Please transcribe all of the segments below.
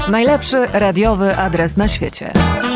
Najlepszy radiowy adres na świecie.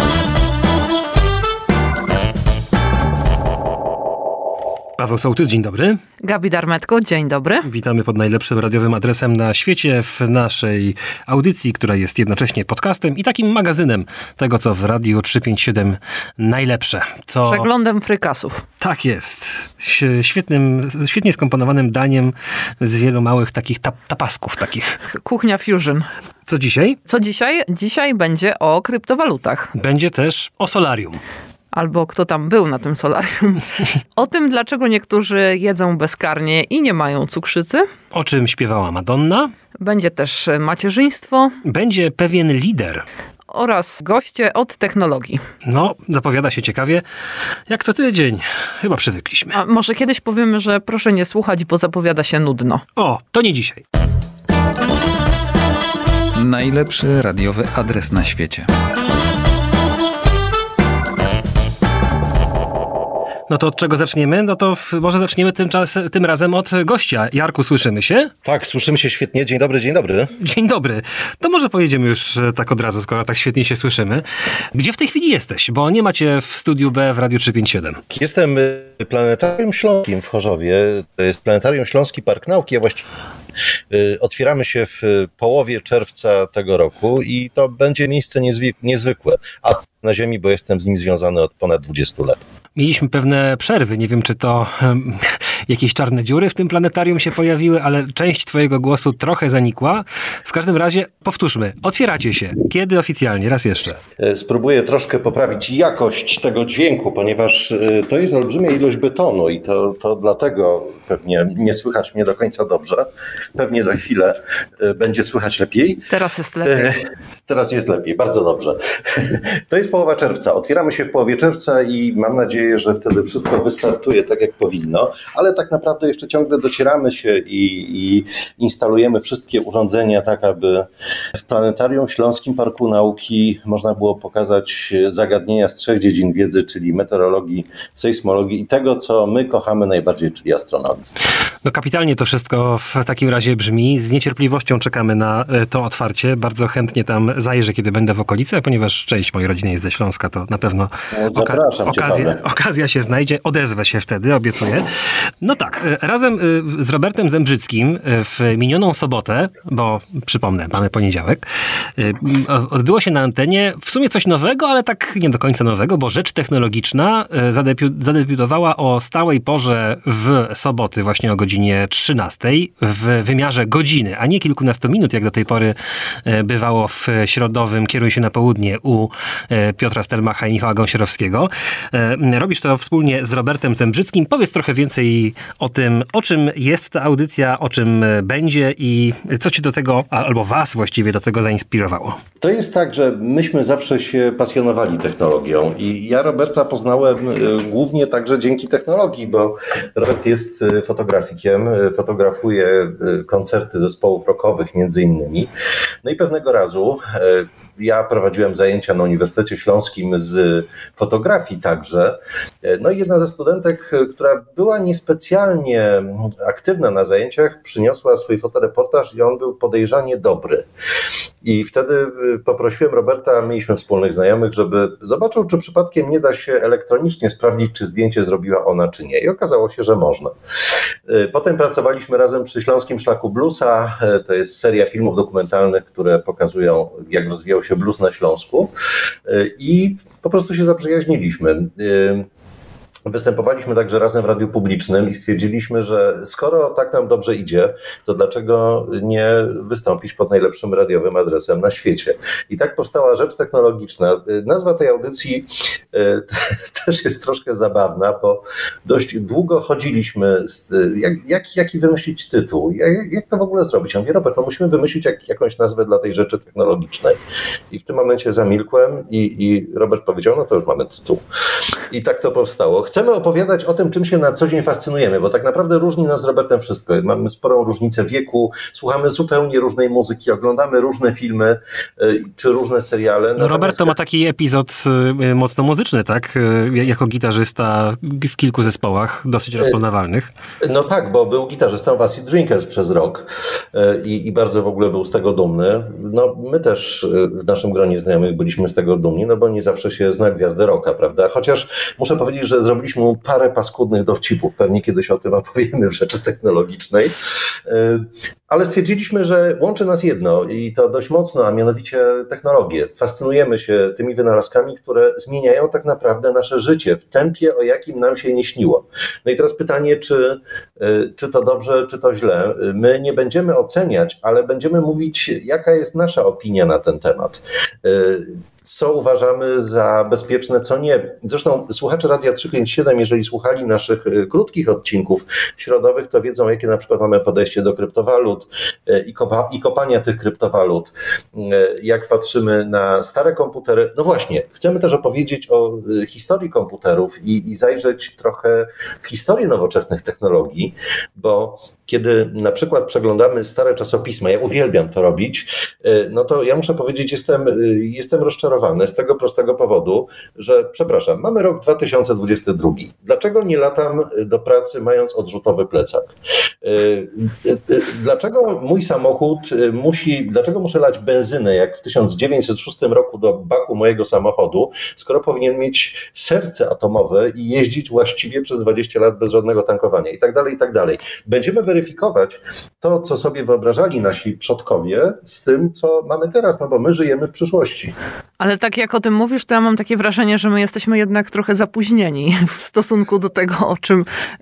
Paweł Sołtys, dzień dobry. Gabi Darmetko, dzień dobry. Witamy pod najlepszym radiowym adresem na świecie w naszej audycji, która jest jednocześnie podcastem i takim magazynem tego, co w Radiu 357 najlepsze. Przeglądem frykasów. Tak jest. Świetnie skomponowanym daniem z wielu małych takich tapasków takich. Kuchnia Fusion. Co dzisiaj? Co dzisiaj? Dzisiaj będzie o kryptowalutach. Będzie też o solarium. Albo kto tam był na tym solarium. O tym, dlaczego niektórzy jedzą bezkarnie i nie mają cukrzycy. O czym śpiewała Madonna. Będzie też macierzyństwo. Będzie pewien lider. Oraz goście od technologii. No, zapowiada się ciekawie. Jak to tydzień? Chyba przywykliśmy. A może kiedyś powiemy, że proszę nie słuchać, bo zapowiada się nudno. O, to nie dzisiaj. Najlepszy radiowy adres na świecie. No to od czego zaczniemy? No to może zaczniemy tym razem od gościa. Jarku, słyszymy się? Tak, słyszymy się świetnie. Dzień dobry, dzień dobry. Dzień dobry. To może pojedziemy już tak od razu, skoro tak świetnie się słyszymy. Gdzie w tej chwili jesteś? Bo nie macie w studiu B w Radiu 357. Jestem w Planetarium Śląskim w Chorzowie. To jest Planetarium Śląski Park Nauki, a właściwie otwieramy się w połowie czerwca tego roku i to będzie miejsce niezwykłe. A na Ziemi, bo jestem z nim związany od ponad 20 lat. Mieliśmy pewne przerwy. Nie wiem, czy to jakieś czarne dziury w tym planetarium się pojawiły, ale część twojego głosu trochę zanikła. W każdym razie powtórzmy. Otwieracie się. Kiedy oficjalnie? Raz jeszcze. Spróbuję troszkę poprawić jakość tego dźwięku, ponieważ to jest olbrzymia ilość betonu i to dlatego pewnie nie słychać mnie do końca dobrze. Pewnie za chwilę będzie słychać lepiej. Teraz jest lepiej. Teraz jest lepiej. Bardzo dobrze. To jest połowa czerwca. Otwieramy się w połowie czerwca i mam nadzieję, że wtedy wszystko wystartuje tak, jak powinno, ale tak naprawdę jeszcze ciągle docieramy się i instalujemy wszystkie urządzenia tak, aby w Planetarium Śląskim Parku Nauki można było pokazać zagadnienia z 3 dziedzin wiedzy, czyli meteorologii, sejsmologii i tego, co my kochamy najbardziej, czyli astronomii. No kapitalnie to wszystko w takim razie brzmi. Z niecierpliwością czekamy na to otwarcie. Bardzo chętnie tam zajrzę, kiedy będę w okolicy, ponieważ część mojej rodziny jest ze Śląska, to na pewno okazja się znajdzie. Odezwę się wtedy, obiecuję. No tak, razem z Robertem Zembrzyckim w minioną sobotę, bo przypomnę, mamy poniedziałek, odbyło się na antenie w sumie coś nowego, ale tak nie do końca nowego, bo Rzecz Technologiczna zadebiutowała o stałej porze w soboty, właśnie o godzinie 13 w wymiarze godziny, a nie kilkunastu minut, jak do tej pory bywało w środowym Kieruj się na południe u Piotra Stelmacha i Michała Gąsierowskiego. Robisz to wspólnie z Robertem Zembrzyckim. Powiedz trochę więcej o tym, o czym jest ta audycja, o czym będzie i co ci do tego, albo was właściwie do tego zainspirowało. To jest tak, że myśmy zawsze się pasjonowali technologią i ja Roberta poznałem głównie także dzięki technologii, bo Robert jest fotografikiem, fotografuje koncerty zespołów rockowych między innymi. No i pewnego razu ja prowadziłem zajęcia na Uniwersytecie Śląskim z fotografii także. No i jedna ze studentek, która była niespecjalnie aktywna na zajęciach, przyniosła swój fotoreportaż i on był podejrzanie dobry. I wtedy poprosiłem Roberta, mieliśmy wspólnych znajomych, żeby zobaczył, czy przypadkiem nie da się elektronicznie sprawdzić, czy zdjęcie zrobiła ona, czy nie. I okazało się, że można. Potem pracowaliśmy razem przy Śląskim Szlaku Bluesa. To jest seria filmów dokumentalnych, które pokazują, jak rozwijał się blues na Śląsku. I po prostu się zaprzyjaźniliśmy. Występowaliśmy także razem w radiu publicznym i stwierdziliśmy, że skoro tak nam dobrze idzie, to dlaczego nie wystąpić pod najlepszym radiowym adresem na świecie? I tak powstała Rzecz Technologiczna. Nazwa tej audycji też jest troszkę zabawna, bo dość długo chodziliśmy, jaki wymyślić tytuł, jak to w ogóle zrobić. Ja mówię, Robert, no musimy wymyślić jakąś nazwę dla tej Rzeczy Technologicznej. I w tym momencie zamilkłem i Robert powiedział, no to już mamy tytuł. I tak to powstało. chcemy opowiadać o tym, czym się na co dzień fascynujemy, bo tak naprawdę różni nas z Robertem wszystko. Mamy sporą różnicę wieku, słuchamy zupełnie różnej muzyki, oglądamy różne filmy czy różne seriale. No Robert to ma taki epizod mocno muzyczny, tak? Jako gitarzysta w kilku zespołach, dosyć rozpoznawalnych. No tak, bo był gitarzystą w Acid Drinkers przez rok i bardzo w ogóle był z tego dumny. No my też w naszym gronie znajomych byliśmy z tego dumni, no bo nie zawsze się zna gwiazdę rocka, prawda? Chociaż muszę powiedzieć, że zrobiliśmy mu parę paskudnych dowcipów, pewnie kiedyś o tym opowiemy w Rzeczy Technologicznej, ale stwierdziliśmy, że łączy nas jedno i to dość mocno, a mianowicie technologie. Fascynujemy się tymi wynalazkami, które zmieniają tak naprawdę nasze życie w tempie, o jakim nam się nie śniło. No i teraz pytanie, czy to dobrze, czy to źle. My nie będziemy oceniać, ale będziemy mówić, jaka jest nasza opinia na ten temat. Co uważamy za bezpieczne, co nie. Zresztą słuchacze Radia 357, jeżeli słuchali naszych krótkich odcinków środowych, to wiedzą, jakie na przykład mamy podejście do kryptowalut i kopania tych kryptowalut. Jak patrzymy na stare komputery. No właśnie, chcemy też opowiedzieć o historii komputerów i zajrzeć trochę w historię nowoczesnych technologii, bo kiedy na przykład przeglądamy stare czasopisma, ja uwielbiam to robić, no to ja muszę powiedzieć, jestem rozczarowany z tego prostego powodu, że przepraszam, mamy rok 2022. Dlaczego nie latam do pracy mając odrzutowy plecak? Dlaczego mój samochód dlaczego muszę lać benzynę jak w 1906 roku do baku mojego samochodu, skoro powinien mieć serce atomowe i jeździć właściwie przez 20 lat bez żadnego tankowania i tak dalej, i tak dalej. Będziemy weryfikować to, co sobie wyobrażali nasi przodkowie z tym, co mamy teraz, no bo my żyjemy w przyszłości. Ale tak jak o tym mówisz, to ja mam takie wrażenie, że my jesteśmy jednak trochę zapóźnieni w stosunku do tego, o czym,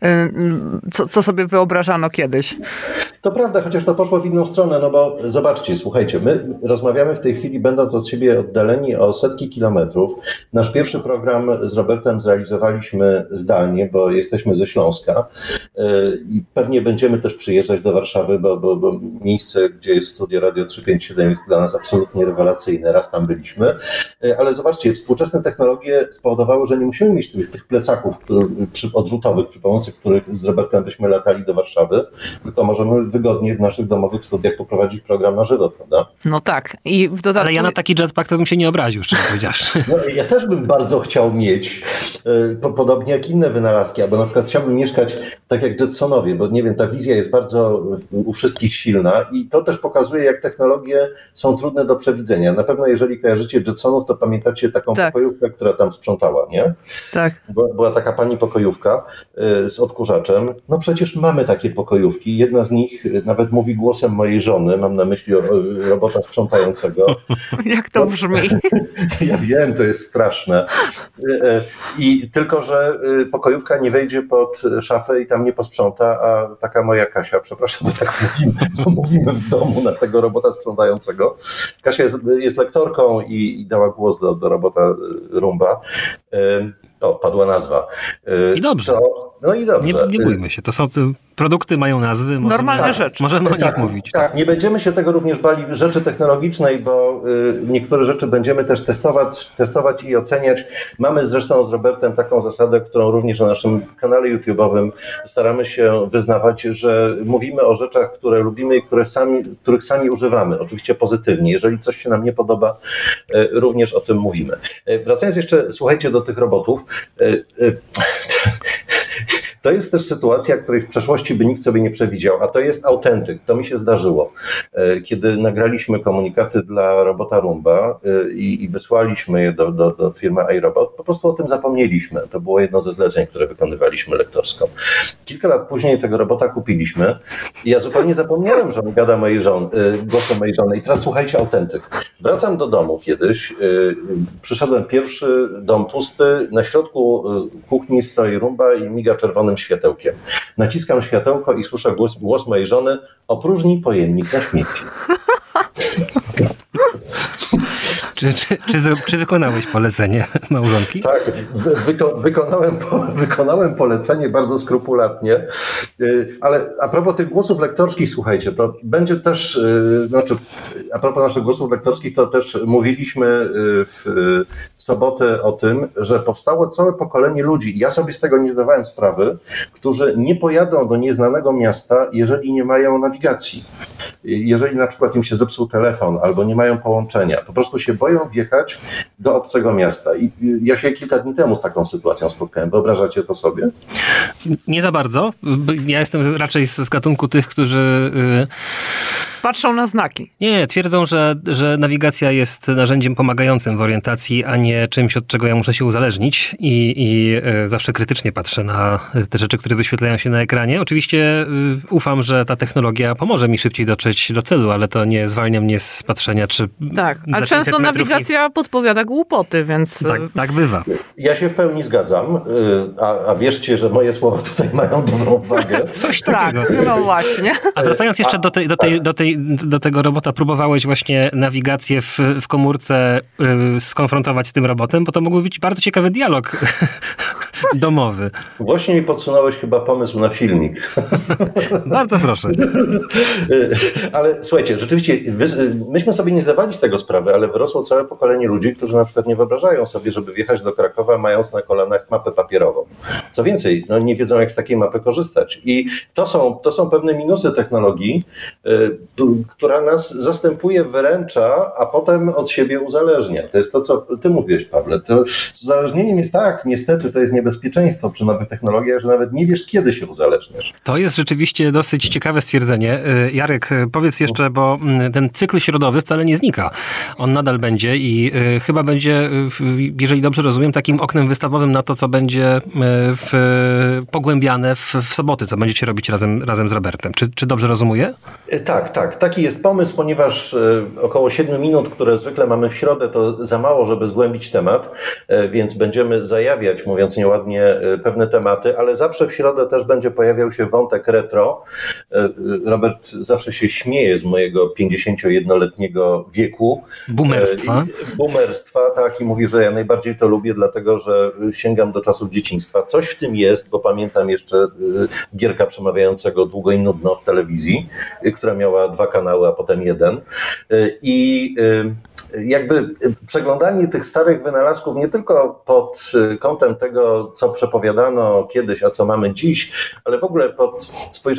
co sobie wyobrażano kiedyś. To prawda, chociaż to poszło w inną stronę, no bo zobaczcie, słuchajcie, my rozmawiamy w tej chwili, będąc od siebie oddaleni o setki kilometrów. Nasz pierwszy program z Robertem zrealizowaliśmy zdalnie, bo jesteśmy ze Śląska i pewnie będziemy też przyjeżdżać do Warszawy, bo miejsce, gdzie jest studio Radio 357 jest dla nas absolutnie rewelacyjne. Raz tam byliśmy, ale zobaczcie, współczesne technologie spowodowały, że nie musimy mieć tych plecaków odrzutowych, przy pomocy których z Robertem byśmy latali do Warszawy, tylko możemy wygodnie w naszych domowych studiach poprowadzić program na żywo, prawda? No tak. I w dodatku... Ale ja na taki jetpack to bym się nie obraził, szczerze powiedziawszy. No, ja też bym bardzo chciał mieć, podobnie jak inne wynalazki, albo na przykład chciałbym mieszkać tak jak Jetsonowie, bo nie wiem, ta wizja jest bardzo u wszystkich silna i to też pokazuje, jak technologie są trudne do przewidzenia. Na pewno jeżeli kojarzycie Jetsonów, to pamiętacie taką pokojówkę, która tam sprzątała, nie? Tak. Była taka pani pokojówka z odkurzaczem. No przecież mamy takie pokojówki. Jedna z nich nawet mówi głosem mojej żony, mam na myśli robota sprzątającego. Jak to brzmi? Ja wiem, to jest straszne. I tylko, że pokojówka nie wejdzie pod szafę i tam nie posprząta, a taka moja Kasia, przepraszam, bo tak mówimy w domu na tego robota sprzątającego. Kasia jest lektorką i dała głos do robota Rumba. O, padła nazwa. I dobrze. No i dobrze. Nie bójmy się, to są... Produkty mają nazwy. Normalne rzeczy. Możemy o nich mówić. Tak, nie będziemy się tego również bali w Rzeczy Technologicznej, bo niektóre rzeczy będziemy też testować i oceniać. Mamy zresztą z Robertem taką zasadę, którą również na naszym kanale YouTube'owym staramy się wyznawać, że mówimy o rzeczach, które lubimy i których sami używamy. Oczywiście pozytywnie. Jeżeli coś się nam nie podoba, również o tym mówimy. Wracając jeszcze, słuchajcie, do tych robotów. To jest też sytuacja, której w przeszłości by nikt sobie nie przewidział, a to jest autentyk. To mi się zdarzyło. Kiedy nagraliśmy komunikaty dla robota Rumba i wysłaliśmy je do firmy iRobot, po prostu o tym zapomnieliśmy. To było jedno ze zleceń, które wykonywaliśmy lektorsko. Kilka lat później tego robota kupiliśmy i ja zupełnie zapomniałem, że on gada głosem mojej żony. I teraz słuchajcie, autentyk. Wracam do domu kiedyś, przyszedłem pierwszy, dom pusty, na środku kuchni stoi Rumba i miga czerwonym światełkiem. Naciskam światełko i słyszę głos mojej żony: opróżnij pojemnik na śmieci. Czy wykonałeś polecenie małżonki? Tak, wykonałem polecenie bardzo skrupulatnie, ale a propos tych głosów lektorskich, słuchajcie, to będzie też, a propos naszych głosów lektorskich, to też mówiliśmy w sobotę o tym, że powstało całe pokolenie ludzi, ja sobie z tego nie zdawałem sprawy, którzy nie pojadą do nieznanego miasta, jeżeli nie mają nawigacji. Jeżeli na przykład im się zepsuł telefon albo nie mają połączenia, po prostu się boją wjechać do obcego miasta. I ja się kilka dni temu z taką sytuacją spotkałem. Wyobrażacie to sobie? Nie za bardzo. Ja jestem raczej z gatunku tych, którzy patrzą na znaki. Nie, twierdzą, że nawigacja jest narzędziem pomagającym w orientacji, a nie czymś, od czego ja muszę się uzależnić i zawsze krytycznie patrzę na te rzeczy, które wyświetlają się na ekranie. Oczywiście ufam, że ta technologia pomoże mi szybciej dotrzeć do celu, ale to nie zwalnia mnie z patrzenia, czy... Tak, ale często nawigacja podpowiada głupoty, więc... Tak bywa. Ja się w pełni zgadzam, a wierzcie, że moje słowa tutaj mają dużą wagę. Coś takiego. Tak, no właśnie. A wracając jeszcze do tego robota, próbowałeś właśnie nawigację w komórce skonfrontować z tym robotem, bo to mógłby być bardzo ciekawy dialog domowy. Właśnie mi podsunąłeś chyba pomysł na filmik. Bardzo proszę. Ale słuchajcie, rzeczywiście myśmy sobie nie zdawali z tego sprawy, ale wyrosło całe pokolenie ludzi, którzy na przykład nie wyobrażają sobie, żeby wjechać do Krakowa, mając na kolanach mapę papierową. Co więcej, nie wiedzą, jak z takiej mapy korzystać. I to są pewne minusy technologii, która nas zastępuje, wyręcza, a potem od siebie uzależnia. To jest to, co ty mówiłeś, Pawle. To z uzależnieniem jest tak, niestety to jest niebezpieczeństwo przy nowych technologiach, że nawet nie wiesz, kiedy się uzależniasz. To jest rzeczywiście dosyć ciekawe stwierdzenie. Jarek, powiedz jeszcze, bo ten cykl środowy wcale nie znika. On nadal będzie i chyba będzie, jeżeli dobrze rozumiem, takim oknem wystawowym na to, co będzie pogłębiane w soboty, co będziecie robić razem z Robertem. Czy dobrze rozumuję? Tak. Taki jest pomysł, ponieważ około 7 minut, które zwykle mamy w środę, to za mało, żeby zgłębić temat, więc będziemy zajawiać, mówiąc nieładnie, pewne tematy, ale zawsze w środę też będzie pojawiał się wątek retro. Robert zawsze się śmieje z mojego 51-letniego wieku. Boomerstwa, tak, i mówi, że ja najbardziej to lubię, dlatego że sięgam do czasów dzieciństwa. Coś w tym jest, bo pamiętam jeszcze Gierka przemawiającego długo i nudno w telewizji, która miała 2 kanały, a potem 1. I jakby przeglądanie tych starych wynalazków nie tylko pod kątem tego, co przepowiadano kiedyś, a co mamy dziś, ale w ogóle pod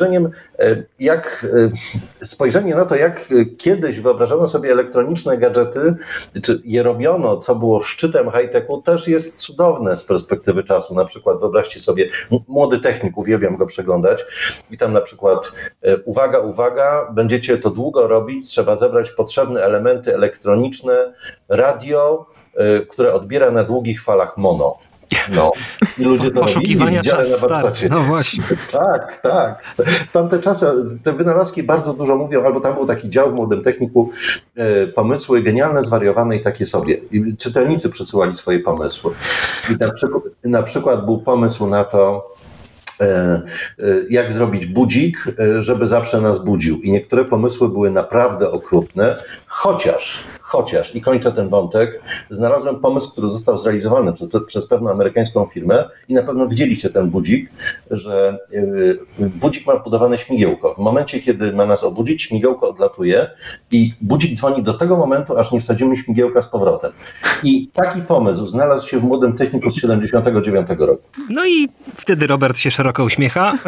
spojrzenie na to, jak kiedyś wyobrażano sobie elektroniczne gadżety, czy je robiono, co było szczytem high-techu, też jest cudowne z perspektywy czasu. Na przykład wyobraźcie sobie, Młody Technik, uwielbiam go przeglądać i tam na przykład uwaga, będziecie to długo robić, trzeba zebrać potrzebne elementy elektroniczne, radio, które odbiera na długich falach mono. I ludzie to poszukiwania czas start. No właśnie. Tak. Tamte czasy, te wynalazki bardzo dużo mówią, albo tam był taki dział w Młodym Techniku, pomysły genialne, zwariowane i takie sobie. I czytelnicy przesyłali swoje pomysły. I na przykład był pomysł na to, jak zrobić budzik, żeby zawsze nas budził. I niektóre pomysły były naprawdę okrutne, chociaż, i kończę ten wątek, znalazłem pomysł, który został zrealizowany przez pewną amerykańską firmę i na pewno widzieliście ten budzik, że budzik ma wbudowane śmigiełko. W momencie, kiedy ma nas obudzić, śmigiełko odlatuje i budzik dzwoni do tego momentu, aż nie wsadzimy śmigiełka z powrotem. I taki pomysł znalazł się w Młodym Techniku z 79 roku. No i wtedy Robert się szeroko uśmiecha,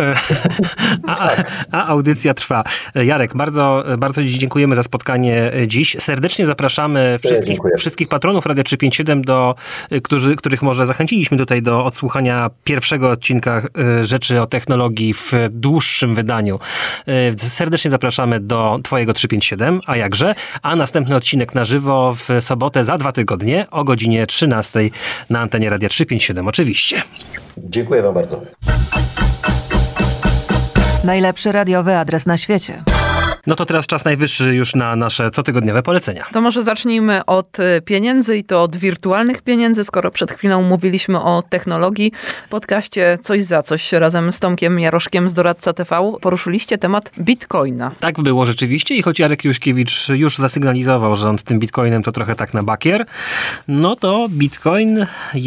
a audycja trwa. Jarek, bardzo, bardzo Ci dziękujemy za spotkanie dziś. Serdecznie zapraszamy wszystkich patronów Radia 357, których może zachęciliśmy tutaj do odsłuchania pierwszego odcinka Rzeczy o technologii w dłuższym wydaniu. Serdecznie zapraszamy do Twojego 357, a jakże? A następny odcinek na żywo w sobotę za 2 tygodnie o godzinie 13 na antenie Radia 357. Oczywiście. Dziękuję Wam bardzo. Najlepszy radiowy adres na świecie. No to teraz czas najwyższy już na nasze cotygodniowe polecenia. To może zacznijmy od pieniędzy i to od wirtualnych pieniędzy, skoro przed chwilą mówiliśmy o technologii. W podcaście Coś za coś razem z Tomkiem Jaroszkiem z Doradca TV poruszyliście temat Bitcoina. Tak było rzeczywiście i choć Jarek Juśkiewicz już zasygnalizował, że on z tym Bitcoinem to trochę tak na bakier, no to Bitcoin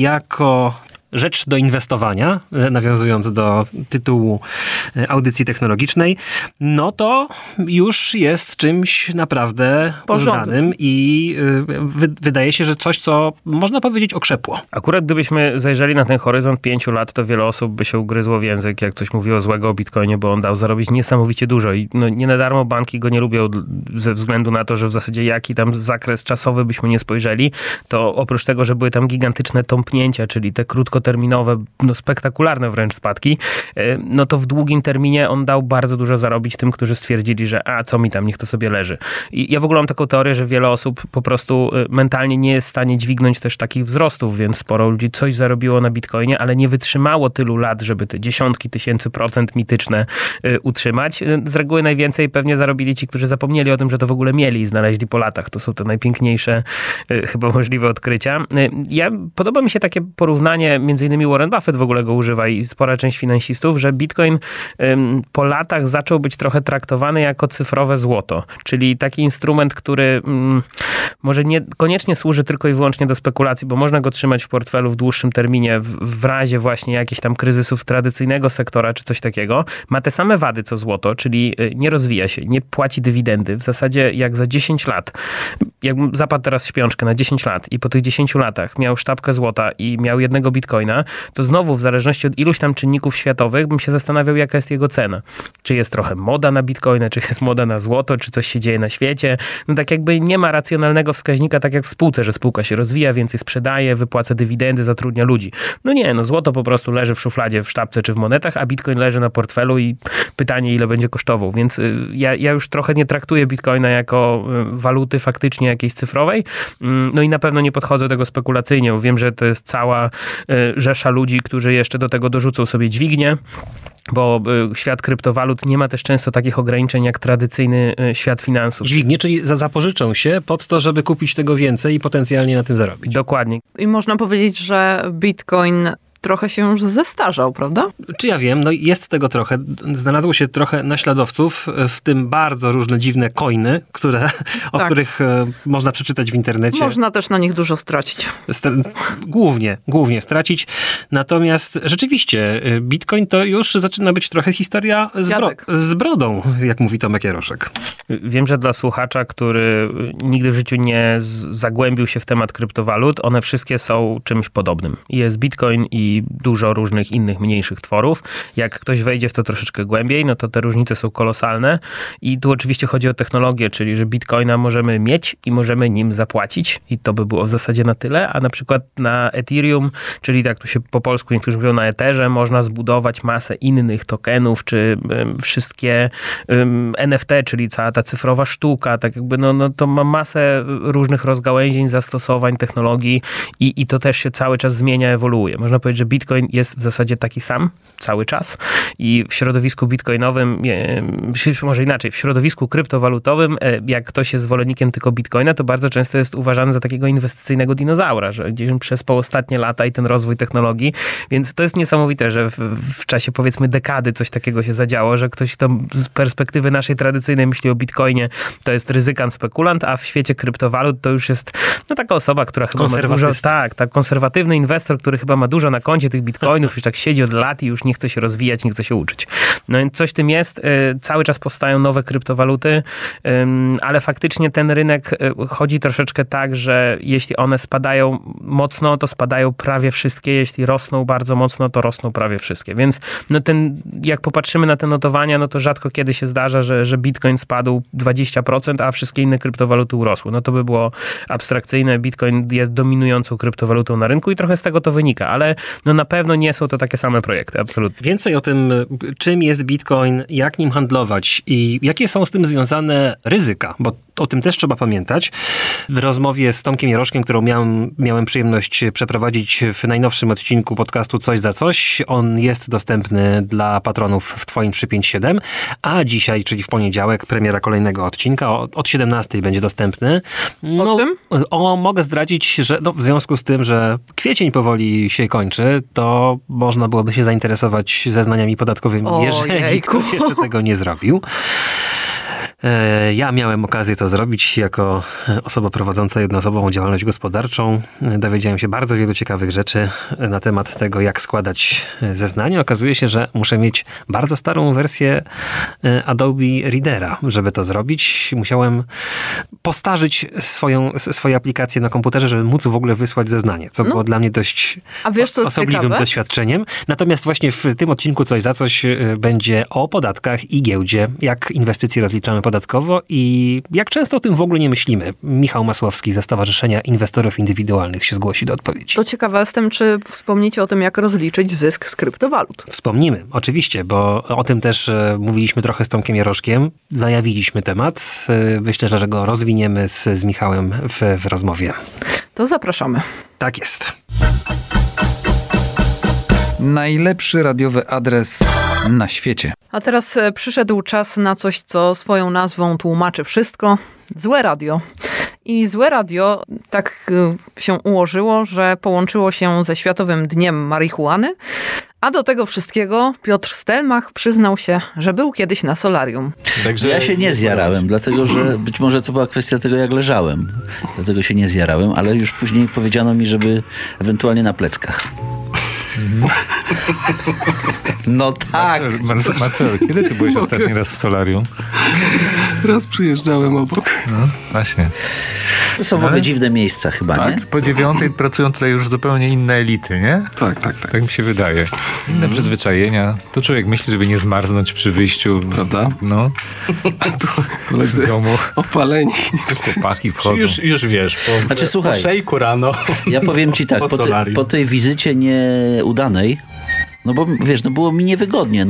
jako rzecz do inwestowania, nawiązując do tytułu audycji technologicznej, no to już jest czymś naprawdę uznanym i wydaje się, że coś, co można powiedzieć okrzepło. Akurat gdybyśmy zajrzeli na ten horyzont 5 lat, to wiele osób by się ugryzło w język, jak coś mówiło złego o Bitcoinie, bo on dał zarobić niesamowicie dużo i no, nie na darmo banki go nie lubią ze względu na to, że w zasadzie jaki tam zakres czasowy byśmy nie spojrzeli, to oprócz tego, że były tam gigantyczne tąpnięcia, czyli te krótkoterminowe, no spektakularne wręcz spadki, no to w długim terminie on dał bardzo dużo zarobić tym, którzy stwierdzili, że co mi tam, niech to sobie leży. I ja w ogóle mam taką teorię, że wiele osób po prostu mentalnie nie jest w stanie dźwignąć też takich wzrostów, więc sporo ludzi coś zarobiło na Bitcoinie, ale nie wytrzymało tylu lat, żeby te dziesiątki tysięcy procent mityczne utrzymać. Z reguły najwięcej pewnie zarobili ci, którzy zapomnieli o tym, że to w ogóle mieli i znaleźli po latach. To są te najpiękniejsze chyba możliwe odkrycia. Podoba mi się takie porównanie, między innymi Warren Buffett w ogóle go używa i spora część finansistów, że Bitcoin po latach zaczął być trochę traktowany jako cyfrowe złoto, czyli taki instrument, który może nie koniecznie służy tylko i wyłącznie do spekulacji, bo można go trzymać w portfelu w dłuższym terminie w razie właśnie jakichś tam kryzysów tradycyjnego sektora czy coś takiego. Ma te same wady co złoto, czyli nie rozwija się, nie płaci dywidendy. W zasadzie jak za 10 lat, jakbym zapadł teraz w śpiączkę na 10 lat i po tych 10 latach miał sztabkę złota i miał jednego Bitcoina, to znowu w zależności od iluś tam czynników światowych bym się zastanawiał, jaka jest jego cena. Czy jest trochę moda na Bitcoina, czy jest moda na złoto, czy coś się dzieje na świecie. No tak jakby nie ma racjonalnego wskaźnika, tak jak w spółce, że spółka się rozwija, więcej sprzedaje, wypłaca dywidendy, zatrudnia ludzi. No nie, no złoto po prostu leży w szufladzie, w sztabce czy w monetach, a Bitcoin leży na portfelu i pytanie, ile będzie kosztował. Więc ja już trochę nie traktuję Bitcoina jako waluty faktycznie jakiejś cyfrowej. No i na pewno nie podchodzę do tego spekulacyjnie. Wiem, że to jest cała rzesza ludzi, którzy jeszcze do tego dorzucą sobie dźwignię, bo świat kryptowalut nie ma też często takich ograniczeń jak tradycyjny świat finansów. Dźwignię, czyli zapożyczą się pod to, żeby kupić tego więcej i potencjalnie na tym zarobić. Dokładnie. I można powiedzieć, że Bitcoin trochę się już zestarzał, prawda? Czy ja wiem, no jest tego trochę. Znalazło się trochę naśladowców, w tym bardzo różne dziwne coiny, o których można przeczytać w internecie. Można też na nich dużo stracić. Głównie stracić. Natomiast rzeczywiście Bitcoin to już zaczyna być trochę historia z brodą, jak mówi Tomek Jaroszek. Wiem, że dla słuchacza, który nigdy w życiu nie zagłębił się w temat kryptowalut, one wszystkie są czymś podobnym. Jest Bitcoin i dużo różnych innych mniejszych tworów. Jak ktoś wejdzie w to troszeczkę głębiej, no to te różnice są kolosalne i tu oczywiście chodzi o technologię, czyli że Bitcoina możemy mieć i możemy nim zapłacić i to by było w zasadzie na tyle, a na przykład na Ethereum, czyli tak tu się po polsku niektórzy mówią na Etherze, można zbudować masę innych tokenów, czy wszystkie NFT, czyli cała ta cyfrowa sztuka, tak jakby no to ma masę różnych rozgałęzień, zastosowań, technologii i to też się cały czas zmienia, ewoluuje. Można powiedzieć, że Bitcoin jest w zasadzie taki sam cały czas i w środowisku bitcoinowym, może inaczej, w środowisku kryptowalutowym, jak ktoś jest zwolennikiem tylko Bitcoina, to bardzo często jest uważany za takiego inwestycyjnego dinozaura, że gdzieś przespał ostatnie lata i ten rozwój technologii, więc to jest niesamowite, że w czasie powiedzmy dekady coś takiego się zadziało, że ktoś tam z perspektywy naszej tradycyjnej myśli o Bitcoinie, to jest ryzykant, spekulant, a w świecie kryptowalut to już jest taka osoba, która chyba ma dużo, tak konserwatywny inwestor, który chyba ma dużo na koncie tych bitcoinów, już tak siedzi od lat i już nie chce się rozwijać, nie chce się uczyć. No więc coś w tym jest. Cały czas powstają nowe kryptowaluty, ale faktycznie ten rynek chodzi troszeczkę tak, że jeśli one spadają mocno, to spadają prawie wszystkie. Jeśli rosną bardzo mocno, to rosną prawie wszystkie. Więc no jak popatrzymy na te notowania, no to rzadko kiedy się zdarza, że Bitcoin spadł 20%, a wszystkie inne kryptowaluty urosły. No to by było abstrakcyjne. Bitcoin jest dominującą kryptowalutą na rynku i trochę z tego to wynika, ale no na pewno nie są to takie same projekty, absolutnie. Więcej o tym, czym jest Bitcoin, jak nim handlować i jakie są z tym związane ryzyka, bo o tym też trzeba pamiętać. W rozmowie z Tomkiem Jaroszkiem, którą miałem przyjemność przeprowadzić w najnowszym odcinku odcinku podcastu Coś za Coś. On jest dostępny dla patronów w Twoim 357, a dzisiaj, czyli w poniedziałek, premiera kolejnego odcinka. Od 17 będzie dostępny. O czym? Mogę zdradzić, że w związku z tym, że kwiecień powoli się kończy, to można byłoby się zainteresować zeznaniami podatkowymi, jeżeli ktoś jeszcze tego nie zrobił. Ja miałem okazję to zrobić jako osoba prowadząca jednoosobową działalność gospodarczą. Dowiedziałem się bardzo wielu ciekawych rzeczy na temat tego, jak składać zeznanie. Okazuje się, że muszę mieć bardzo starą wersję Adobe Readera, żeby to zrobić. Musiałem postarzyć swoje aplikacje na komputerze, żeby móc w ogóle wysłać zeznanie, co było dla mnie dość osobliwym doświadczeniem. Natomiast właśnie w tym odcinku Coś za Coś będzie o podatkach i giełdzie, jak inwestycje rozliczamy podatkowo i jak często o tym w ogóle nie myślimy. Michał Masłowski ze Stowarzyszenia Inwestorów Indywidualnych się zgłosi do odpowiedzi. To ciekawa jestem, czy wspomnicie o tym, jak rozliczyć zysk z kryptowalut. Wspomnimy, oczywiście, bo o tym też mówiliśmy trochę z Tomkiem Jaroszkiem. Zajawiliśmy temat. Myślę, że go rozwiniemy z Michałem w rozmowie. To zapraszamy. Tak jest. Najlepszy radiowy adres na świecie. A teraz przyszedł czas na coś, co swoją nazwą tłumaczy wszystko. Złe radio. I złe radio tak się ułożyło, że połączyło się ze Światowym Dniem Marihuany, a do tego wszystkiego Piotr Stelmach przyznał się, że był kiedyś na solarium. Także ja się nie zjarałem, dlatego że być może to była kwestia tego, jak leżałem. Dlatego się nie zjarałem, ale już później powiedziano mi, żeby ewentualnie na pleckach. No tak. Marcel, kiedy ty byłeś ostatni raz w solarium? Raz przyjeżdżałem obok. No, właśnie. To są w ogóle dziwne miejsca chyba, tak? Nie? Po 9 pracują tutaj już zupełnie inne elity, nie? Tak. Tak mi się wydaje. Inne przyzwyczajenia. To człowiek myśli, żeby nie zmarznąć przy wyjściu. Prawda? No. A tu koledzy z domu. opaleni. Chłopaki wchodzą. Już wiesz, słuchaj, po szejku rano. Ja powiem ci tak, po tej wizycie nieudanej, no bo wiesz, było mi niewygodnie,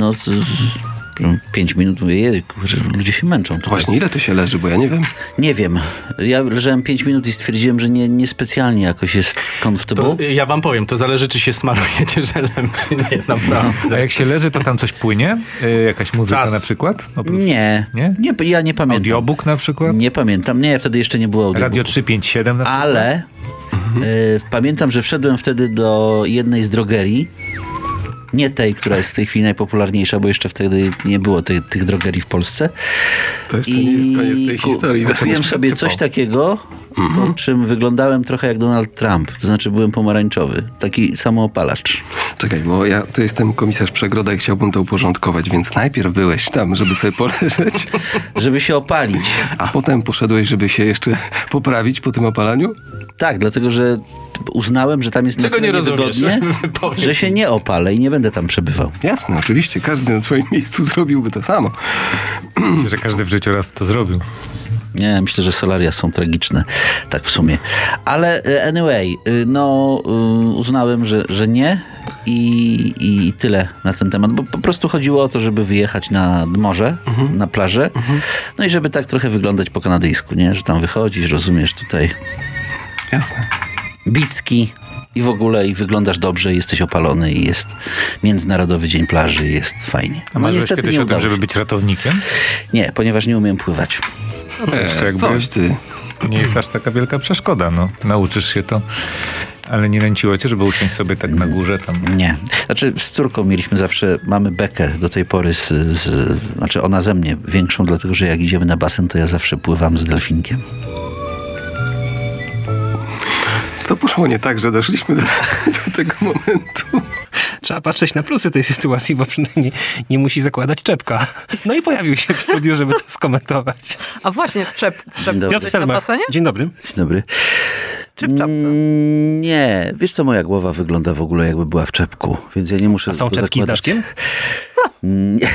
5 minut mówię, kurczę, ludzie się męczą. Tutaj. Właśnie, ile ty się leży, bo ja nie wiem. Nie wiem. Ja leżałem 5 minut i stwierdziłem, że niespecjalnie jakoś jest comfortable. Ja wam powiem, to zależy, czy się smarujecie żelem, czy nie, naprawdę. A jak się leży, to tam coś płynie? Jakaś muzyka na przykład? Nie, ja nie pamiętam. Audiobook na przykład? Nie pamiętam. Nie, wtedy jeszcze nie było audiobooku. Radio 357 na przykład? Ale pamiętam, że wszedłem wtedy do jednej z drogerii. Nie tej, która jest w tej chwili najpopularniejsza, bo jeszcze wtedy nie było tych drogerii w Polsce. To jeszcze nie jest koniec tej historii. Kupiłem sobie coś takiego, po czym wyglądałem trochę jak Donald Trump. To znaczy byłem pomarańczowy. Taki samoopalacz. Czekaj, bo ja tu jestem komisarz Przegroda i chciałbym to uporządkować, więc najpierw byłeś tam, żeby sobie poleżeć. Żeby się opalić. A potem poszedłeś, żeby się jeszcze poprawić po tym opalaniu? Tak, dlatego że uznałem, że tam jest czego nie niewygodnie, że się nie opalę i nie będę tam przebywał. Jasne, oczywiście. Każdy na twoim miejscu zrobiłby to samo. Że każdy w życiu raz to zrobił. Nie, myślę, że solaria są tragiczne. Tak w sumie. Ale anyway, uznałem, że nie i tyle na ten temat. Bo po prostu chodziło o to, żeby wyjechać na morze, na plażę. No i żeby tak trochę wyglądać po kanadyjsku, nie? Że tam wychodzisz, rozumiesz, tutaj... Jasne. Bicki i w ogóle i wyglądasz dobrze, i jesteś opalony i jest Międzynarodowy Dzień Plaży i jest fajnie. A marzyłeś kiedyś o tym, żeby być ratownikiem? Nie, ponieważ nie umiem pływać. No to jeszcze jakby coś ty. Nie jest aż taka wielka przeszkoda, nauczysz się to. Ale nie nęciło cię, żeby usiąść sobie tak na górze tam? Nie. Znaczy z córką mamy bekę do tej pory znaczy ona ze mnie większą, dlatego że jak idziemy na basen, to ja zawsze pływam z delfinkiem. Co poszło nie tak, że doszliśmy do tego momentu? Trzeba patrzeć na plusy tej sytuacji, bo przynajmniej nie musi zakładać czepka. No i pojawił się w studiu, żeby to skomentować. A właśnie, Piotr Stelmach. Dzień dobry. Dzień dobry. Czy w czapce? Nie. Wiesz co, moja głowa wygląda w ogóle jakby była w czepku, więc ja nie muszę... A są czepki z daszkiem? Nie.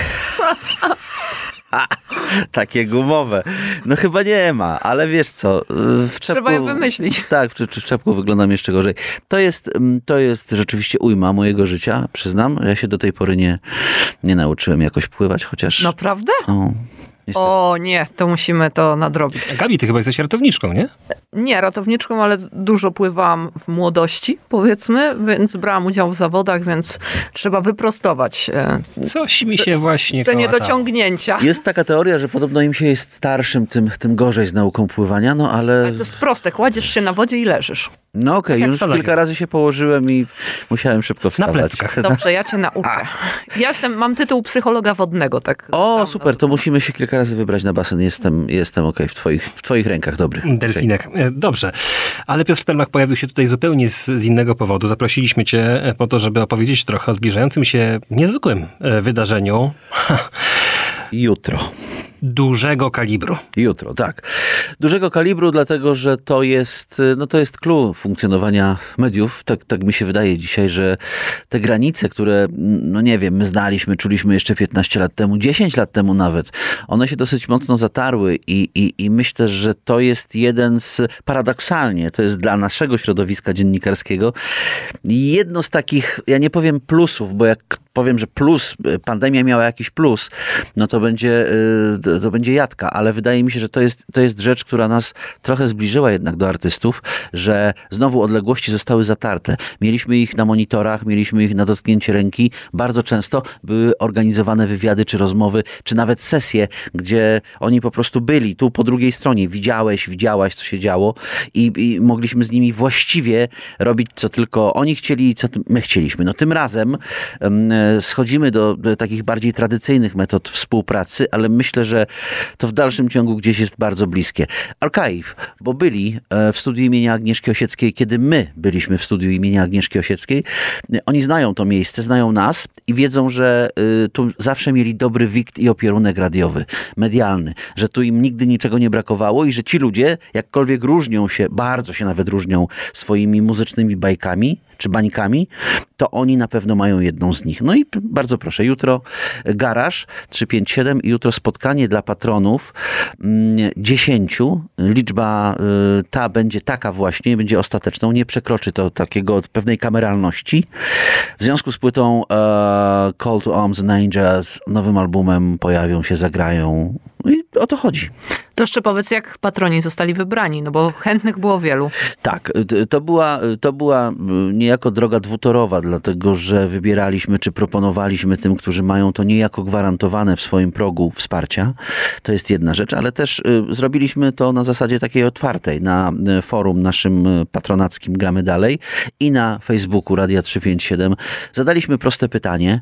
Takie gumowe. No chyba nie ma, ale wiesz co, w czepku... Trzeba je wymyślić. Tak, w czepku wyglądam jeszcze gorzej. To jest rzeczywiście ujma mojego życia, przyznam. Ja się do tej pory nie nauczyłem jakoś pływać, chociaż... Naprawdę? No, Niestety. O nie, to musimy to nadrobić. Gabi, ty chyba jesteś ratowniczką, nie? Nie ratowniczką, ale dużo pływałam w młodości, powiedzmy, więc brałam udział w zawodach, więc trzeba wyprostować Coś mi się właśnie te kołatało. niedociągnięcia. Jest taka teoria, że podobno im się jest starszym, tym gorzej z nauką pływania, no ale... To jest proste, kładziesz się na wodzie i leżysz. No okej, już kilka razy się położyłem i musiałem szybko wstawać. Na pleckach. Dobrze, ja cię nauczę. Mam tytuł psychologa wodnego, tak. O, super, to musimy się kilka razy wybrać na basen. Jestem okej, w twoich rękach dobrych. Delfinek. Okay. Dobrze. Ale Piotr Stelmach pojawił się tutaj zupełnie z innego powodu. Zaprosiliśmy cię po to, żeby opowiedzieć trochę o zbliżającym się niezwykłym wydarzeniu. Jutro. Dużego kalibru. Jutro, tak. Dużego kalibru, dlatego, że to jest clue funkcjonowania mediów. Tak mi się wydaje dzisiaj, że te granice, które, no nie wiem, my znaliśmy, czuliśmy jeszcze 15 lat temu, 10 lat temu nawet, one się dosyć mocno zatarły i myślę, że to jest paradoksalnie, to jest dla naszego środowiska dziennikarskiego jedno z takich, ja nie powiem plusów, bo jak powiem, że pandemia miała jakiś plus, no to będzie jadka, ale wydaje mi się, że to jest rzecz, która nas trochę zbliżyła jednak do artystów, że znowu odległości zostały zatarte. Mieliśmy ich na monitorach, mieliśmy ich na dotknięcie ręki. Bardzo często były organizowane wywiady, czy rozmowy, czy nawet sesje, gdzie oni po prostu byli tu po drugiej stronie. Widziałaś, co się działo i mogliśmy z nimi właściwie robić, co tylko oni chcieli i co my chcieliśmy. No tym razem schodzimy do takich bardziej tradycyjnych metod współpracy, ale myślę, że to w dalszym ciągu gdzieś jest bardzo bliskie. Archive, bo byli w studiu imienia Agnieszki Osieckiej, kiedy my byliśmy w studiu imienia Agnieszki Osieckiej. Oni znają to miejsce, znają nas i wiedzą, że tu zawsze mieli dobry wikt i opierunek radiowy, medialny, że tu im nigdy niczego nie brakowało i że ci ludzie, jakkolwiek różnią się, bardzo się nawet różnią swoimi muzycznymi bajkami, czy bańkami, to oni na pewno mają jedną z nich. No i bardzo proszę, jutro Garaż 357 i jutro spotkanie dla patronów 10. Liczba ta będzie taka właśnie, będzie ostateczną, nie przekroczy to takiego pewnej kameralności. W związku z płytą Call to Arms and Angels, nowym albumem pojawią się, zagrają. No i o to chodzi. To jeszcze powiedz, jak patroni zostali wybrani, no bo chętnych było wielu. Tak, to była niejako droga dwutorowa, dlatego że wybieraliśmy, czy proponowaliśmy tym, którzy mają to niejako gwarantowane w swoim progu wsparcia. To jest jedna rzecz, ale też zrobiliśmy to na zasadzie takiej otwartej, na forum naszym patronackim Gramy Dalej i na Facebooku Radia 357. Zadaliśmy proste pytanie,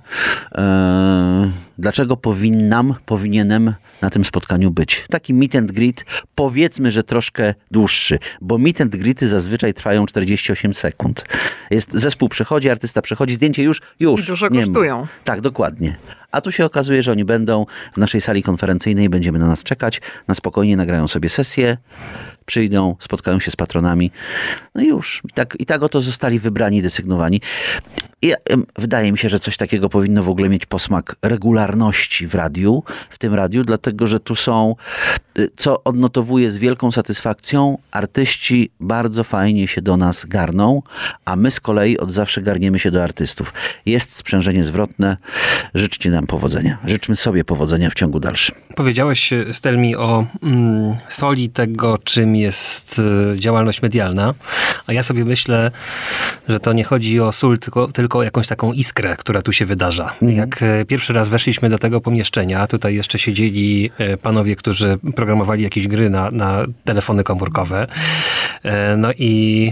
dlaczego powinienem na tym spotkaniu być. Taki meet and greet, powiedzmy, że troszkę dłuższy, bo meet and greety zazwyczaj trwają 48 sekund. Zespół przychodzi, artysta przychodzi, zdjęcie już. I dużo kosztują. Tak, dokładnie. A tu się okazuje, że oni będą w naszej sali konferencyjnej, będziemy na nas czekać, na spokojnie nagrają sobie sesję, przyjdą, spotkają się z patronami. No i już. I tak oto zostali wybrani, desygnowani. I wydaje mi się, że coś takiego powinno w ogóle mieć posmak regularności w tym radiu, dlatego, że tu są, co odnotowuję z wielką satysfakcją, artyści bardzo fajnie się do nas garną, a my z kolei od zawsze garniemy się do artystów. Jest sprzężenie zwrotne. Życzcie nam powodzenia. Życzmy sobie powodzenia w ciągu dalszym. Powiedziałeś, Stelmi, o soli tego, czym jest działalność medialna, a ja sobie myślę, że to nie chodzi o sól, tylko o jakąś taką iskrę, która tu się wydarza. Jak pierwszy raz weszliśmy do tego pomieszczenia, tutaj jeszcze siedzieli panowie, którzy programowali jakieś gry na telefony komórkowe. No i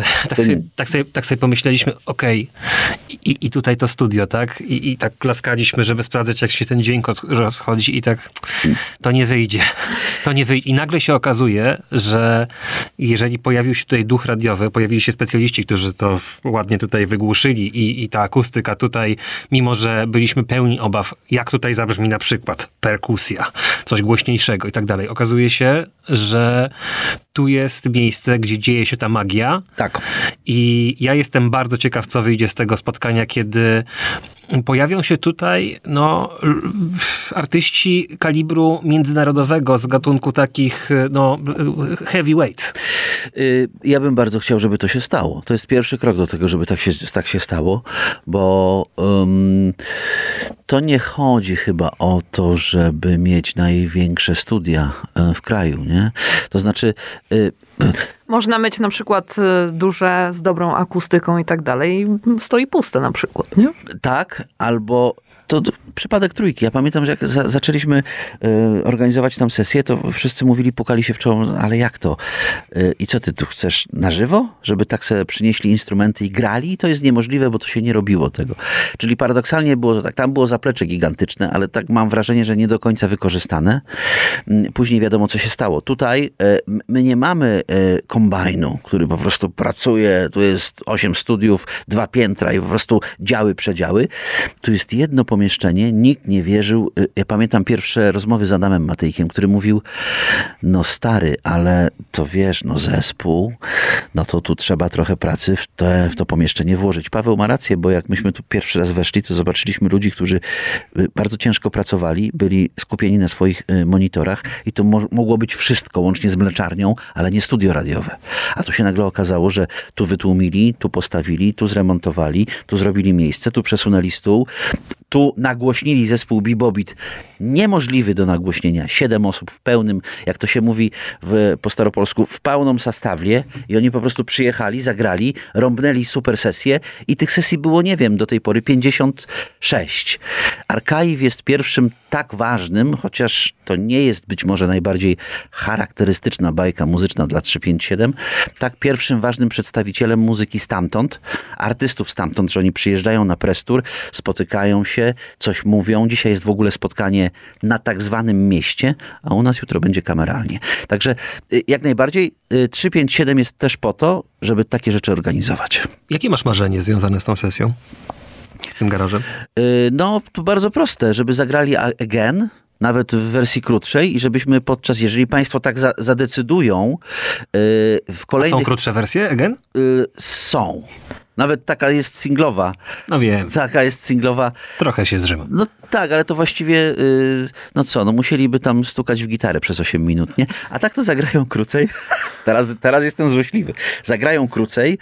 tak sobie pomyśleliśmy, okej, i tutaj to studio, tak? I tak klaskaliśmy, żeby sprawdzać, jak się ten dźwięk rozchodzi i tak to nie wyjdzie. I nagle się okazuje, że jeżeli pojawił się tutaj duch radiowy, pojawili się specjaliści, którzy to ładnie tutaj wygłuszyli i ta akustyka tutaj, mimo że byliśmy pełni obaw, jak tutaj zabrzmi na przykład perkusja, coś głośniejszego i tak dalej. Okazuje się, że tu jest miejsce, gdzie dzieje się ta magia. Tak. I ja jestem bardzo ciekaw, co wyjdzie z tego spotkania, kiedy pojawią się tutaj artyści kalibru międzynarodowego z gatunku takich heavyweight. Ja bym bardzo chciał, żeby to się stało. To jest pierwszy krok do tego, żeby tak się stało, bo to nie chodzi chyba o to, żeby mieć największe studia w kraju, nie? To znaczy... Można mieć na przykład duże, z dobrą akustyką i tak dalej. Stoi puste na przykład, nie? Tak, albo to przypadek Trójki. Ja pamiętam, że jak zaczęliśmy organizować tam sesję, to wszyscy mówili, pukali się w czoło, ale jak to? I co ty tu chcesz na żywo? Żeby tak sobie przynieśli instrumenty i grali? To jest niemożliwe, bo to się nie robiło tego. Czyli paradoksalnie było to tak, tam było zaplecze gigantyczne, ale tak mam wrażenie, że nie do końca wykorzystane. Później wiadomo, co się stało. Tutaj my nie mamy kombajnu, który po prostu pracuje, tu jest 8 studiów, 2 piętra i po prostu działy, przedziały. Tu jest jedno pomieszczenie, nikt nie wierzył. Ja pamiętam pierwsze rozmowy z Adamem Matejkiem, który mówił, no stary, ale to wiesz, no zespół, no to tu trzeba trochę pracy w to pomieszczenie włożyć. Paweł ma rację, bo jak myśmy tu pierwszy raz weszli, to zobaczyliśmy ludzi, którzy bardzo ciężko pracowali, byli skupieni na swoich monitorach i to mogło być wszystko, łącznie z mleczarnią, ale nie studio radiowe. A tu się nagle okazało, że tu wytłumili, tu postawili, tu zremontowali, tu zrobili miejsce, tu przesunęli stół, tu nagłośnili zespół Bibobit, niemożliwy do nagłośnienia. 7 osób w pełnym, jak to się mówi po staropolsku, w pełną sastawlie i oni po prostu przyjechali, zagrali, rąbnęli super sesję i tych sesji było, nie wiem, do tej pory 56. Archive jest pierwszym tak ważnym, chociaż to nie jest być może najbardziej charakterystyczna bajka muzyczna dla 357, tak pierwszym ważnym przedstawicielem muzyki stamtąd, artystów stamtąd, że oni przyjeżdżają na press tour, spotykają się, coś mówią. Dzisiaj jest w ogóle spotkanie na tak zwanym mieście, a u nas jutro będzie kameralnie. Także jak najbardziej 357 jest też po to, żeby takie rzeczy organizować. Jakie masz marzenie związane z tą sesją? Z tym garażem? No, to bardzo proste, żeby zagrali Again, nawet w wersji krótszej i żebyśmy podczas, jeżeli państwo tak zadecydują, w kolejnych... A są krótsze wersje Again? Są. Nawet taka jest singlowa. No wiem. Taka jest singlowa. Trochę się zżyma. No tak, ale to właściwie, no co, no musieliby tam stukać w gitarę przez 8 minut, nie? A tak to zagrają krócej. Teraz jestem złośliwy. Zagrają krócej.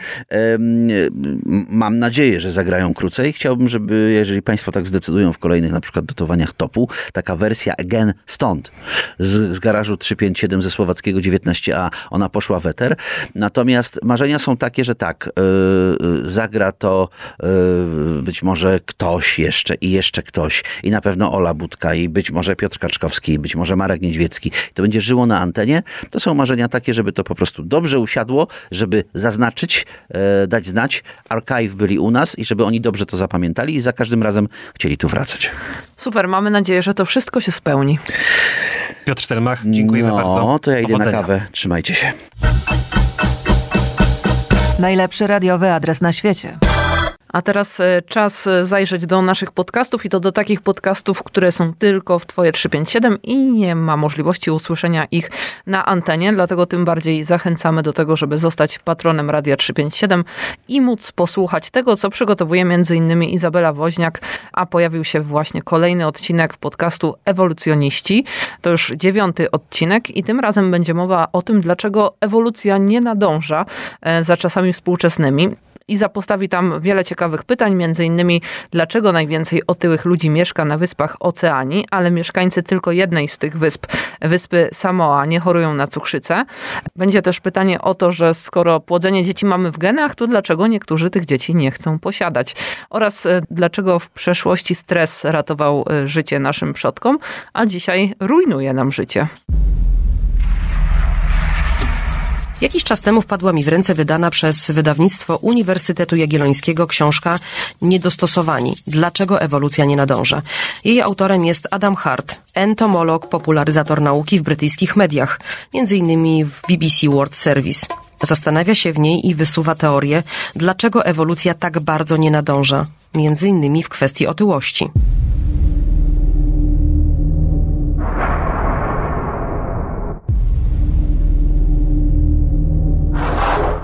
Mam nadzieję, że zagrają krócej. Chciałbym, żeby, jeżeli państwo tak zdecydują w kolejnych na przykład dotowaniach topu, taka wersja Again stąd, z garażu 357 ze Słowackiego 19a, ona poszła w eter. Natomiast marzenia są takie, że tak, zagra to być może ktoś jeszcze i jeszcze ktoś i na pewno Ola Budka i być może Piotr Kaczkowski i być może Marek Niedźwiecki. To będzie żyło na antenie. To są marzenia takie, żeby to po prostu dobrze usiadło, żeby zaznaczyć, dać znać. Archive byli u nas i żeby oni dobrze to zapamiętali i za każdym razem chcieli tu wracać. Super, mamy nadzieję, że to wszystko się spełni. Piotr Sztermach, dziękujemy bardzo. No, to ja idę Powodzenia. na kawę. Trzymajcie się. Najlepszy radiowy adres na świecie. A teraz czas zajrzeć do naszych podcastów i to do takich podcastów, które są tylko w Twoje 357 i nie ma możliwości usłyszenia ich na antenie, dlatego tym bardziej zachęcamy do tego, żeby zostać patronem Radia 357 i móc posłuchać tego, co przygotowuje m.in. Izabela Woźniak, a pojawił się właśnie kolejny odcinek podcastu Ewolucjoniści. To już 9. odcinek i tym razem będzie mowa o tym, dlaczego ewolucja nie nadąża za czasami współczesnymi. Iza postawi tam wiele ciekawych pytań, między innymi dlaczego najwięcej otyłych ludzi mieszka na wyspach Oceanii, ale mieszkańcy tylko jednej z tych wysp, wyspy Samoa, nie chorują na cukrzycę. Będzie też pytanie o to, że skoro płodzenie dzieci mamy w genach, to dlaczego niektórzy tych dzieci nie chcą posiadać? Oraz dlaczego w przeszłości stres ratował życie naszym przodkom, a dzisiaj rujnuje nam życie. Jakiś czas temu wpadła mi w ręce wydana przez wydawnictwo Uniwersytetu Jagiellońskiego książka Niedostosowani. Dlaczego ewolucja nie nadąża? Jej autorem jest Adam Hart, entomolog, popularyzator nauki w brytyjskich mediach, m.in. w BBC World Service. Zastanawia się w niej i wysuwa teorię, dlaczego ewolucja tak bardzo nie nadąża, m.in. w kwestii otyłości.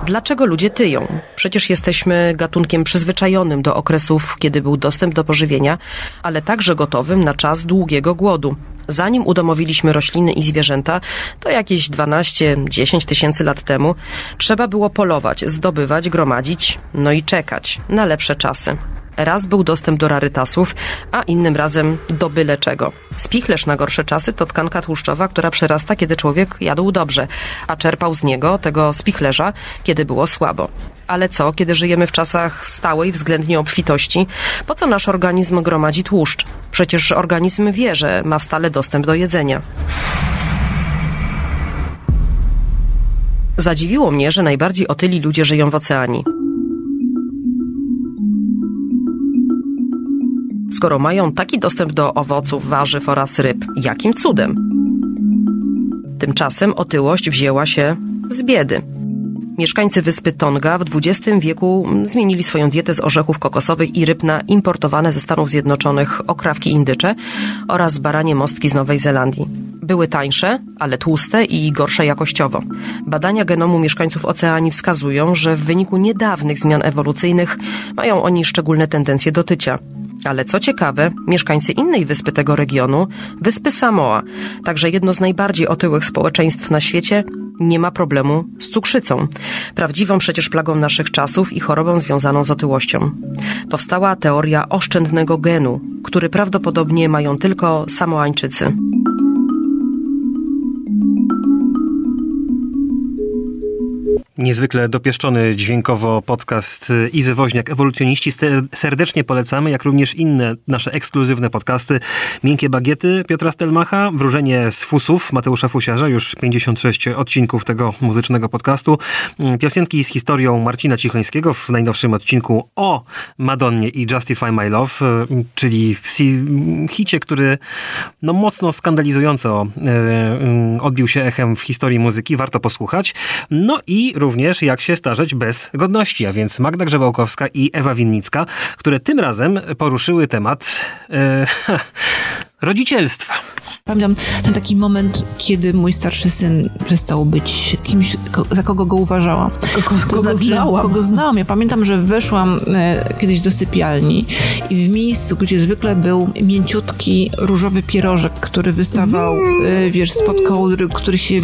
Dlaczego ludzie tyją? Przecież jesteśmy gatunkiem przyzwyczajonym do okresów, kiedy był dostęp do pożywienia, ale także gotowym na czas długiego głodu. Zanim udomowiliśmy rośliny i zwierzęta, to jakieś 12-10 tysięcy lat temu, trzeba było polować, zdobywać, gromadzić, no i czekać na lepsze czasy. Raz był dostęp do rarytasów, a innym razem do byle czego. Spichlerz na gorsze czasy to tkanka tłuszczowa, która przyrasta, kiedy człowiek jadł dobrze, a czerpał z niego, tego spichlerza, kiedy było słabo. Ale co, kiedy żyjemy w czasach stałej względnie obfitości? Po co nasz organizm gromadzi tłuszcz? Przecież organizm wie, że ma stale dostęp do jedzenia. Zadziwiło mnie, że najbardziej otyli ludzie żyją w oceanii. Skoro mają taki dostęp do owoców, warzyw oraz ryb, jakim cudem? Tymczasem otyłość wzięła się z biedy. Mieszkańcy wyspy Tonga w XX wieku zmienili swoją dietę z orzechów kokosowych i ryb na importowane ze Stanów Zjednoczonych okrawki indycze oraz baranie mostki z Nowej Zelandii. Były tańsze, ale tłuste i gorsze jakościowo. Badania genomu mieszkańców oceanii wskazują, że w wyniku niedawnych zmian ewolucyjnych mają oni szczególne tendencje do tycia. Ale co ciekawe, mieszkańcy innej wyspy tego regionu, wyspy Samoa, także jedno z najbardziej otyłych społeczeństw na świecie, nie ma problemu z cukrzycą. Prawdziwą przecież plagą naszych czasów i chorobą związaną z otyłością. Powstała teoria oszczędnego genu, który prawdopodobnie mają tylko Samoańczycy. Niezwykle dopieszczony dźwiękowo podcast Izy Woźniak, ewolucjoniści. Serdecznie polecamy, jak również inne nasze ekskluzywne podcasty. Miękkie bagiety Piotra Stelmacha, Wróżenie z fusów Mateusza Fusiarza, już 56 odcinków tego muzycznego podcastu. Piosenki z historią Marcina Cichońskiego w najnowszym odcinku o Madonnie i Justify My Love, czyli hicie, który mocno skandalizująco odbił się echem w historii muzyki. Warto posłuchać. No i również Jak się starzeć bez godności, a więc Magda Grzebałkowska i Ewa Winnicka, które tym razem poruszyły temat rodzicielstwa. Pamiętam ten taki moment, kiedy mój starszy syn przestał być kimś, za kogo go uważałam. Kogo znałam. Ja pamiętam, że weszłam kiedyś do sypialni i w miejscu, gdzie zwykle był mięciutki różowy pierożek, który wystawał, spod kołdry, który się,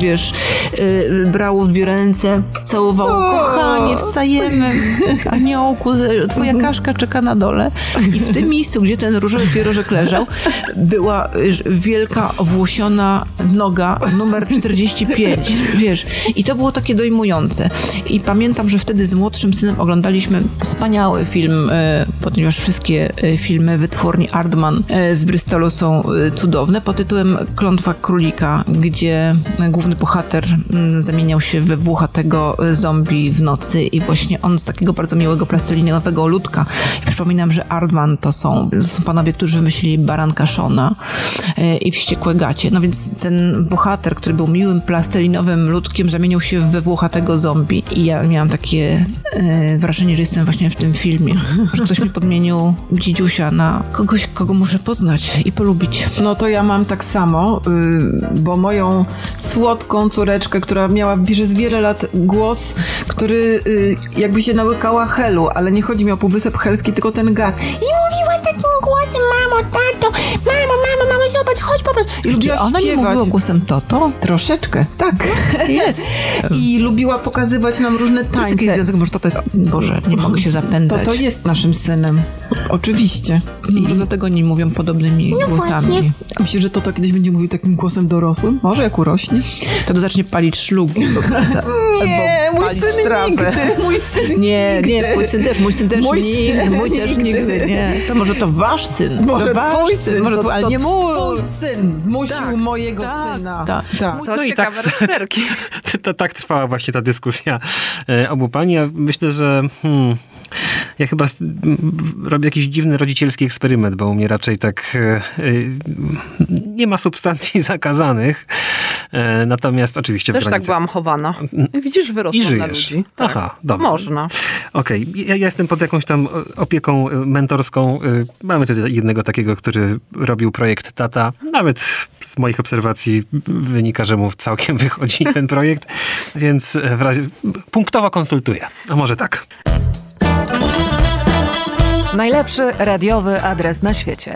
brało w dwie ręce, całowało. Kochanie, wstajemy. Aniołku, twoja kaszka czeka na dole. I w tym miejscu, gdzie ten różowy pierożek leżał, była wielka owłosiona noga numer 45, I to było takie dojmujące. I pamiętam, że wtedy z młodszym synem oglądaliśmy wspaniały film, ponieważ wszystkie filmy wytwórni Aardman z Bristolu są cudowne, pod tytułem Klątwa królika, gdzie główny bohater zamieniał się we włochatego zombie w nocy i właśnie on z takiego bardzo miłego plastilinowego ludka. I przypominam, że Aardman to są panowie, którzy wymyślili Baranka Shona i Wściekłe gacie. No więc ten bohater, który był miłym plastelinowym ludkiem, zamienił się we włochatego zombie i ja miałam takie wrażenie, że jestem właśnie w tym filmie. Że ktoś mi podmienił dzidziusia na kogoś, kogo muszę poznać i polubić. No to ja mam tak samo, bo moją słodką córeczkę, która miała przez wiele lat głos, który jakby się nałykała helu, ale nie chodzi mi o półwysep helski, tylko ten gaz. I mówiła takim głosem: mamo, tato, mamo, zobacz, chodź popatrz. I lubiła ona śpiewać. Nie mówiła głosem Toto? Troszeczkę, tak. Jest. I lubiła pokazywać nam różne tańce. To jest jakiś związek, może Toto jest... Boże, nie mogę się zapędzać. To jest naszym synem. Oczywiście. I dlatego nie mówią podobnymi głosami. Właśnie. Myślę, że Toto kiedyś będzie mówił takim głosem dorosłym. Może jak urośnie. To zacznie palić szlugi. Nie, mój syn nigdy. Mój syn nie, twój syn też. Mój syn też nigdy. Mój też nigdy. Nie. To może to wasz syn. Może twój syn. Może ale nie mój. Twój syn zmusił mojego syna. Tak. To i tak trwała właśnie ta dyskusja obu pań. Ja myślę, że ja chyba robię jakiś dziwny rodzicielski eksperyment, bo u mnie raczej tak nie ma substancji zakazanych. Natomiast oczywiście też tak byłam chowana. Widzisz, wyrosłam na ludzi. Tak. Aha, dobrze. Można. Okej. Ja jestem pod jakąś tam opieką mentorską. Mamy tutaj jednego takiego, który robił projekt Tata. Nawet z moich obserwacji wynika, że mu całkiem wychodzi ten projekt, więc w razie punktowo konsultuję. A może tak. Najlepszy radiowy adres na świecie.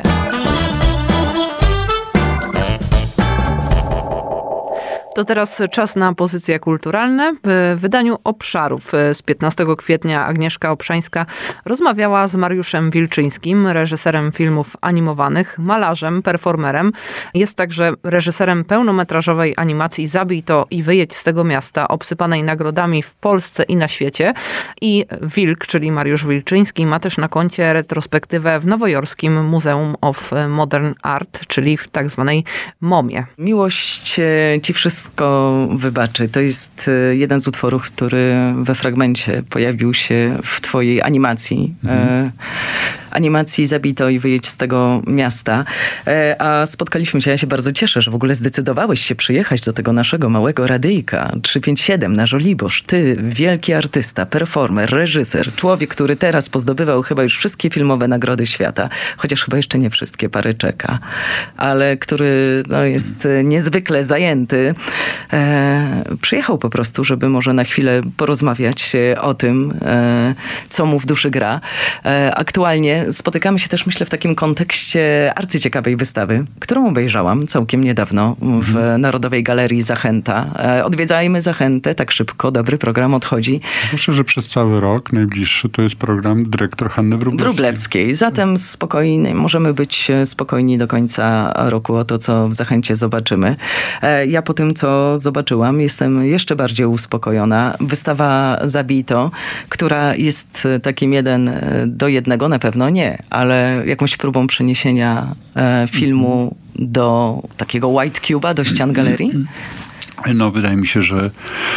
To teraz czas na pozycje kulturalne. W wydaniu Obszarów z 15 kwietnia Agnieszka Obszańska rozmawiała z Mariuszem Wilczyńskim, reżyserem filmów animowanych, malarzem, performerem. Jest także reżyserem pełnometrażowej animacji Zabij to i wyjedź z tego miasta, obsypanej nagrodami w Polsce i na świecie. I Wilk, czyli Mariusz Wilczyński, ma też na koncie retrospektywę w nowojorskim Muzeum of Modern Art, czyli w tak zwanej MoMie. Miłość ci wszystko wybaczy. To jest jeden z utworów, który we fragmencie pojawił się w twojej animacji. Animacji Zabij to i wyjedź z tego miasta. A spotkaliśmy się, ja się bardzo cieszę, że w ogóle zdecydowałeś się przyjechać do tego naszego małego radyjka 357 na Żoliborz. Ty, wielki artysta, performer, reżyser, człowiek, który teraz pozdobywał chyba już wszystkie filmowe nagrody świata, chociaż chyba jeszcze nie wszystkie, parę czeka, ale który jest niezwykle zajęty. Przyjechał po prostu, żeby może na chwilę porozmawiać o tym, co mu w duszy gra. Aktualnie spotykamy się też, myślę, w takim kontekście arcyciekawej wystawy, którą obejrzałam całkiem niedawno w Narodowej Galerii Zachęta. Odwiedzajmy Zachętę tak szybko, dobry program odchodzi. Myślę, że przez cały rok najbliższy to jest program dyrektor Hanny Wróblewskiej. Zatem spokojnie, możemy być spokojni do końca roku o to, co w Zachęcie zobaczymy. Ja po tym, co zobaczyłam, jestem jeszcze bardziej uspokojona. Wystawa Zabij to, która jest takim 1:1, na pewno nie, ale jakąś próbą przeniesienia filmu do takiego white cube'a, do ścian galerii? No, wydaje mi się, że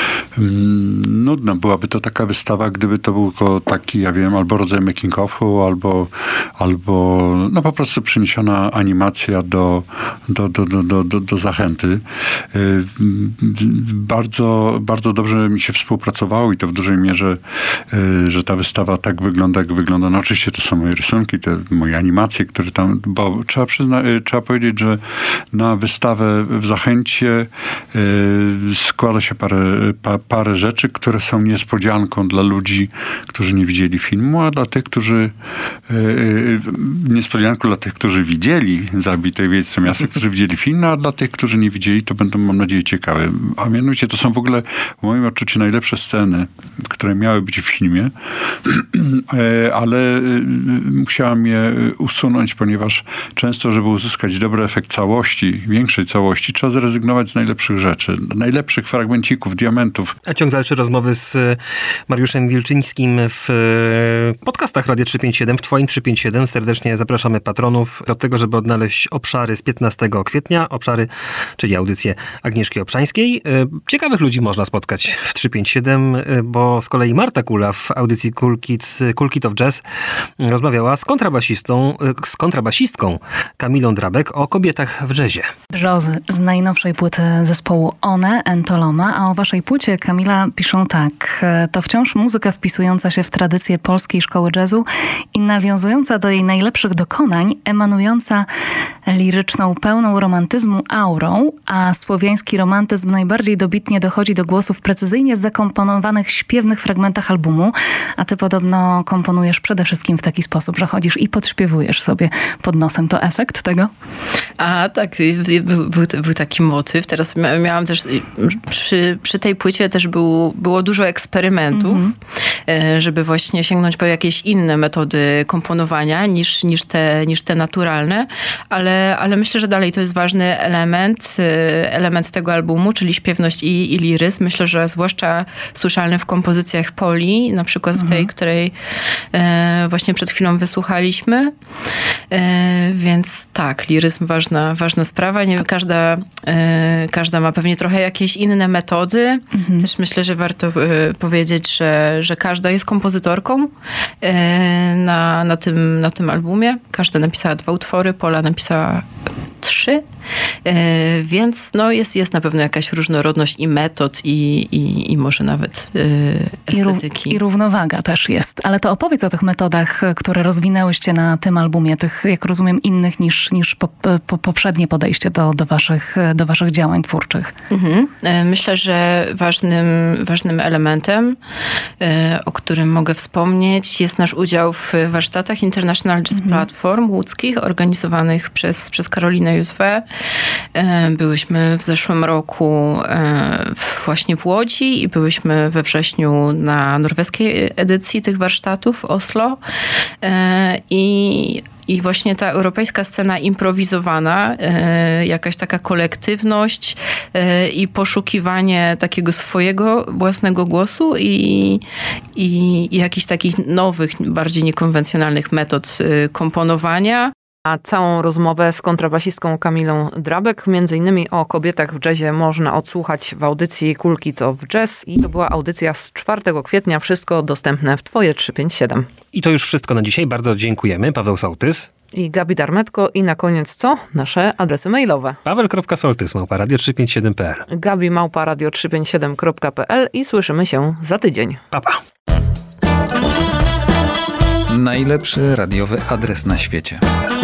nudna byłaby to taka wystawa, gdyby to był taki, ja wiem, albo rodzaj making-offu, albo no po prostu przeniesiona animacja do Zachęty. Bardzo, bardzo dobrze mi się współpracowało i to w dużej mierze, że ta wystawa tak wygląda, jak wygląda. No oczywiście to są moje rysunki, te moje animacje, które tam, bo trzeba powiedzieć, że na wystawę w Zachęcie składa się parę rzeczy, które są niespodzianką dla ludzi, którzy nie widzieli filmu, a dla tych, którzy niespodzianką dla tych, którzy widzieli Zabij to i wyjedź z tego miasta, którzy widzieli film, a dla tych, którzy nie widzieli, to będą, mam nadzieję, ciekawe. A mianowicie to są w ogóle w moim odczuciu najlepsze sceny, które miały być w filmie, ale musiałam je usunąć, ponieważ często, żeby uzyskać dobry efekt całości, większej całości, trzeba zrezygnować z najlepszych rzeczy, najlepszych fragmencików, diamentów. A ciąg dalszy rozmowy z Mariuszem Wilczyńskim w podcastach Radia 357, w twoim 357. Serdecznie zapraszamy patronów do tego, żeby odnaleźć obszary z 15 kwietnia. Obszary, czyli audycję Agnieszki Obszańskiej. Ciekawych ludzi można spotkać w 357, bo z kolei Marta Kula w audycji Cool Kid of Jazz rozmawiała z kontrabasistką Kamilą Drabek o kobietach w jazzie. Brzozy z najnowszej płyty zespołu One, Entoloma, a o waszej płycie, Kamila, piszą tak. To wciąż muzyka wpisująca się w tradycję polskiej szkoły jazzu i nawiązująca do jej najlepszych dokonań, emanująca liryczną, pełną romantyzmu aurą, a słowiański romantyzm najbardziej dobitnie dochodzi do głosu w precyzyjnie zakomponowanych, śpiewnych fragmentach albumu, a ty podobno komponujesz przede wszystkim w taki sposób, że chodzisz i podśpiewujesz sobie pod nosem. To efekt tego? A tak, był taki motyw. Teraz miałam też, przy tej płycie też było dużo eksperymentów, żeby właśnie sięgnąć po jakieś inne metody komponowania niż te naturalne, ale myślę, że dalej to jest ważny element tego albumu, czyli śpiewność i liryzm. Myślę, że zwłaszcza słyszalny w kompozycjach Poli, na przykład w tej, której właśnie przed chwilą wysłuchaliśmy. Więc tak, liryzm ważna sprawa. Nie, każda ma pewnie trochę jakieś inne metody. Też myślę, że warto powiedzieć, że każda jest kompozytorką na tym albumie. Każda napisała 2 utwory, Pola napisała prostszy, więc no jest na pewno jakaś różnorodność i metod i może nawet estetyki. I równowaga też jest. Ale to opowiedz o tych metodach, które rozwinęłyście na tym albumie, tych, jak rozumiem, innych niż poprzednie podejście do waszych działań twórczych. Myślę, że ważnym elementem, o którym mogę wspomnieć, jest nasz udział w warsztatach International Jazz Platform łódzkich, organizowanych przez Karolinę Józefę. Byłyśmy w zeszłym roku właśnie w Łodzi i byłyśmy we wrześniu na norweskiej edycji tych warsztatów w Oslo. I właśnie ta europejska scena improwizowana, jakaś taka kolektywność i poszukiwanie takiego swojego własnego głosu i jakichś takich nowych, bardziej niekonwencjonalnych metod komponowania. A całą rozmowę z kontrabasistką Kamilą Drabek, między innymi o kobietach w jazzie, można odsłuchać w audycji Kulki co w jazz. I to była audycja z 4 kwietnia. Wszystko dostępne w Twoje 357. I to już wszystko na dzisiaj. Bardzo dziękujemy. Paweł Sołtys i Gabi Darmetko. I na koniec co? Nasze adresy mailowe. paweł.soltys@radio357.pl, gabi@radio357.pl i słyszymy się za tydzień. Pa, pa. Najlepszy radiowy adres na świecie.